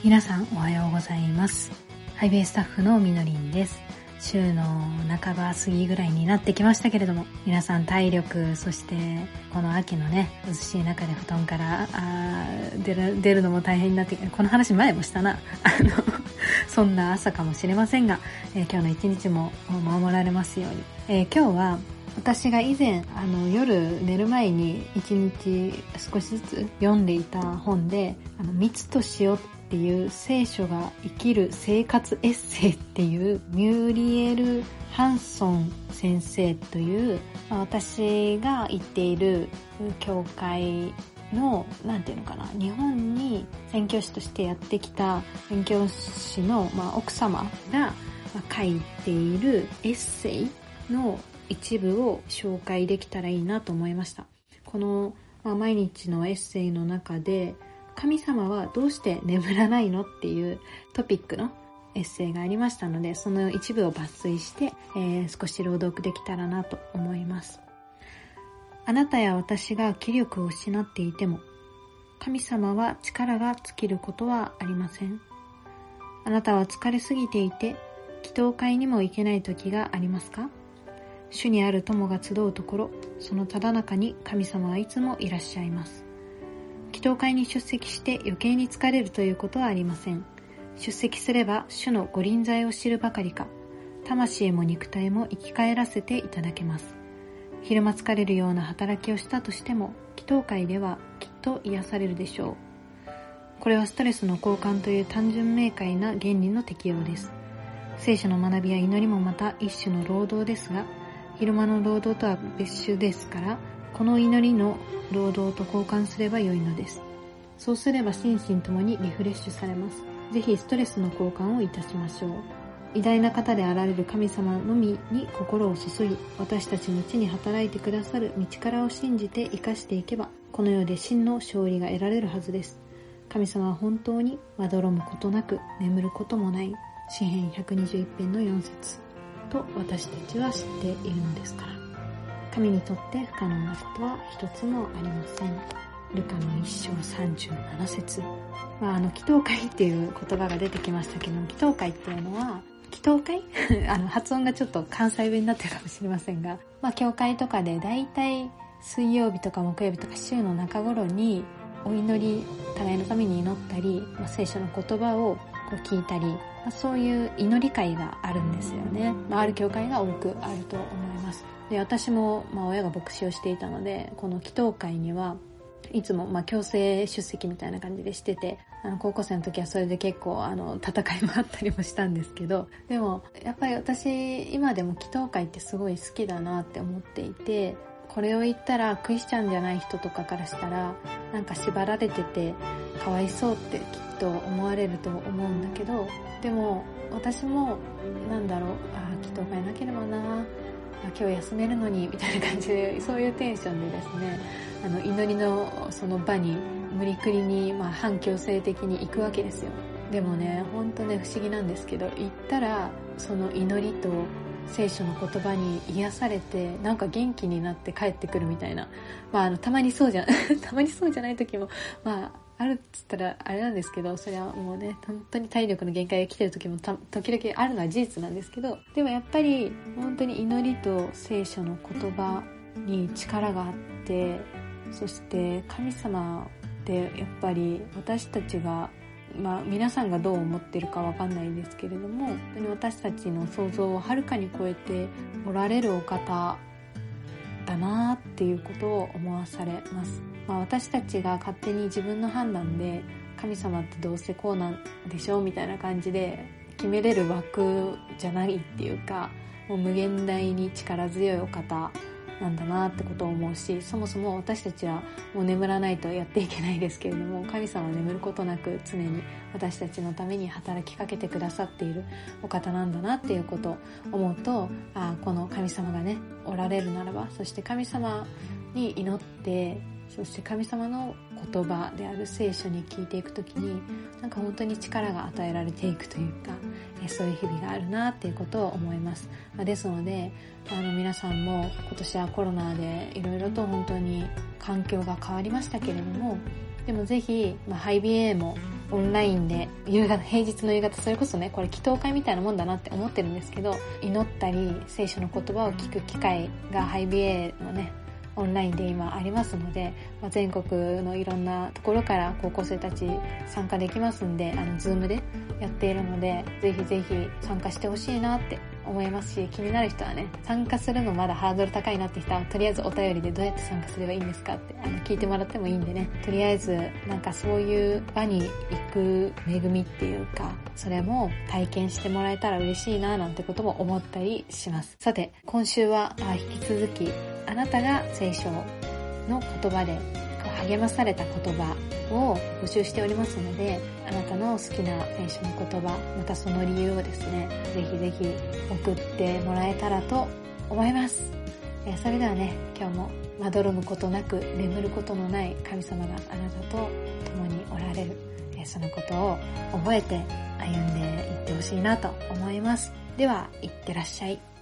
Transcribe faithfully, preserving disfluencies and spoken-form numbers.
皆さんおはようございます。ハイベイスタッフのみのりんです。週の半ば過ぎぐらいになってきましたけれども、皆さん体力、そしてこの秋のね涼しい中で布団からあ出る、出るのも大変になってきて、この話前もしたなあのそんな朝かもしれませんが、えー、今日の一日も守られますように。えー、今日は私が以前あの夜寝る前に一日少しずつ読んでいた本で、あの蜜と塩っていう聖書が生きる生活エッセイっていうミューリエル・ハンソン先生という、まあ、私が行っている教会のなんていうのかな、日本に宣教師としてやってきた宣教師の、まあ、奥様が書いているエッセイの一部を紹介できたらいいなと思いました。この、まあ、毎日のエッセイの中で、神様はどうして眠らないのっていうトピックのエッセイがありましたので、その一部を抜粋して、えー、少し朗読できたらなと思います。あなたや私が気力を失っていても、神様は力が尽きることはありません。あなたは疲れすぎていて、祈祷会にも行けない時がありますか？主にある友が集うところ、そのただ中に神様はいつもいらっしゃいます。祈祷会に出席して余計に疲れるということはありません。出席すれば主のご臨在を知るばかりか、魂も肉体も生き返らせていただけます。昼間疲れるような働きをしたとしても、祈祷会ではきっと癒されるでしょう。これはストレスの交換という単純明快な原理の適用です。聖書の学びや祈りもまた一種の労働ですが、昼間の労働とは別種ですから、この祈りの労働と交換すればよいのです。そうすれば心身ともにリフレッシュされます。ぜひストレスの交換をいたしましょう。偉大な方であられる神様のみに心を注ぎ、私たちの地に働いてくださる道からを信じて生かしていけば、この世で真の勝利が得られるはずです。神様は本当にまどろむことなく眠ることもない。詩編ひゃくにじゅういち編のよん節と私たちは知っているのですから。神にとって不可能なことは一つもありません。ルカの一章さんじゅうなな節。まあ、あの祈祷会っていう言葉が出てきましたけど、祈祷会っていうのは祈祷会あの発音がちょっと関西弁になってるかもしれませんが、まあ教会とかでだいたい水曜日とか木曜日とか週の中頃にお祈り、互いのために祈ったり、まあ、聖書の言葉をこう聞いたり、まあ、そういう祈り会があるんですよね。まあ、ある教会が多くあると思います。で、私もまあ親が牧師をしていたので、この祈祷会にはいつもまあ強制出席みたいな感じでしてて、あの高校生の時はそれで結構あの戦いもあったりもしたんですけど、でもやっぱり私今でも祈祷会ってすごい好きだなって思っていて、これを言ったらクリスチャンじゃない人とかからしたらなんか縛られててかわいそうってきっと思われると思うんだけど、でも私もなんだろう、あ祈祷会なければな、今日休めるのにみたいな感じで、そういうテンションでですね、あの祈りのその場に無理くりにまあ反強制的に行くわけですよ。でもね、ほんとね不思議なんですけど、行ったらその祈りと聖書の言葉に癒されて、なんか元気になって帰ってくるみたいな、まああのたまにそうじゃたまにそうじゃない時もまああるっつったらあれなんですけど、それはもうね本当に体力の限界が来てる時もた時々あるのは事実なんですけど、でもやっぱり本当に祈りと聖書の言葉に力があって、そして神様ってやっぱり私たちがまあ皆さんがどう思ってるかわかんないんですけれども、本当に私たちの想像をはるかに超えておられるお方だなっていうことを思わされます。まあ、私たちが勝手に自分の判断で神様ってどうせこうなんでしょうみたいな感じで決めれる枠じゃないっていうか、もう無限大に力強いお方なんだなってことを思うし、そもそも私たちはもう眠らないとやっていけないですけれども、神様は眠ることなく常に私たちのために働きかけてくださっているお方なんだなっていうことを思うと、あこの神様がねおられるならば、そして神様に祈って、そして神様の言葉である聖書に聞いていくときに、なんか本当に力が与えられていくというか、えそういう日々があるなっていうことを思います。まあ、ですのであの皆さんも今年はコロナでいろいろと本当に環境が変わりましたけれども、でもぜひ、まあ、ハイビーエー もオンラインで夕方、平日の夕方、それこそね、これ祈祷会みたいなもんだなって思ってるんですけど、祈ったり聖書の言葉を聞く機会がハイビエのね、オンラインで今ありますので、まあ、全国のいろんなところから高校生たち参加できますんで、あのズームでやっているので、ぜひぜひ参加してほしいなって思いますし、気になる人はね、参加するのまだハードル高いなって人は、とりあえずお便りでどうやって参加すればいいんですかってあの聞いてもらってもいいんでね、とりあえずなんかそういう場に行く恵みっていうか、それも体験してもらえたら嬉しいななんてことも思ったりします。さて、今週はあ引き続き、あなたが聖書の言葉で励まされた言葉を募集しておりますので、あなたの好きな聖書の言葉、またその理由をですね、ぜひぜひ送ってもらえたらと思います。えそれではね、今日もまどろむことなく眠ることのない神様があなたと共におられる、えそのことを覚えて歩んでいってほしいなと思います。では、いってらっしゃい。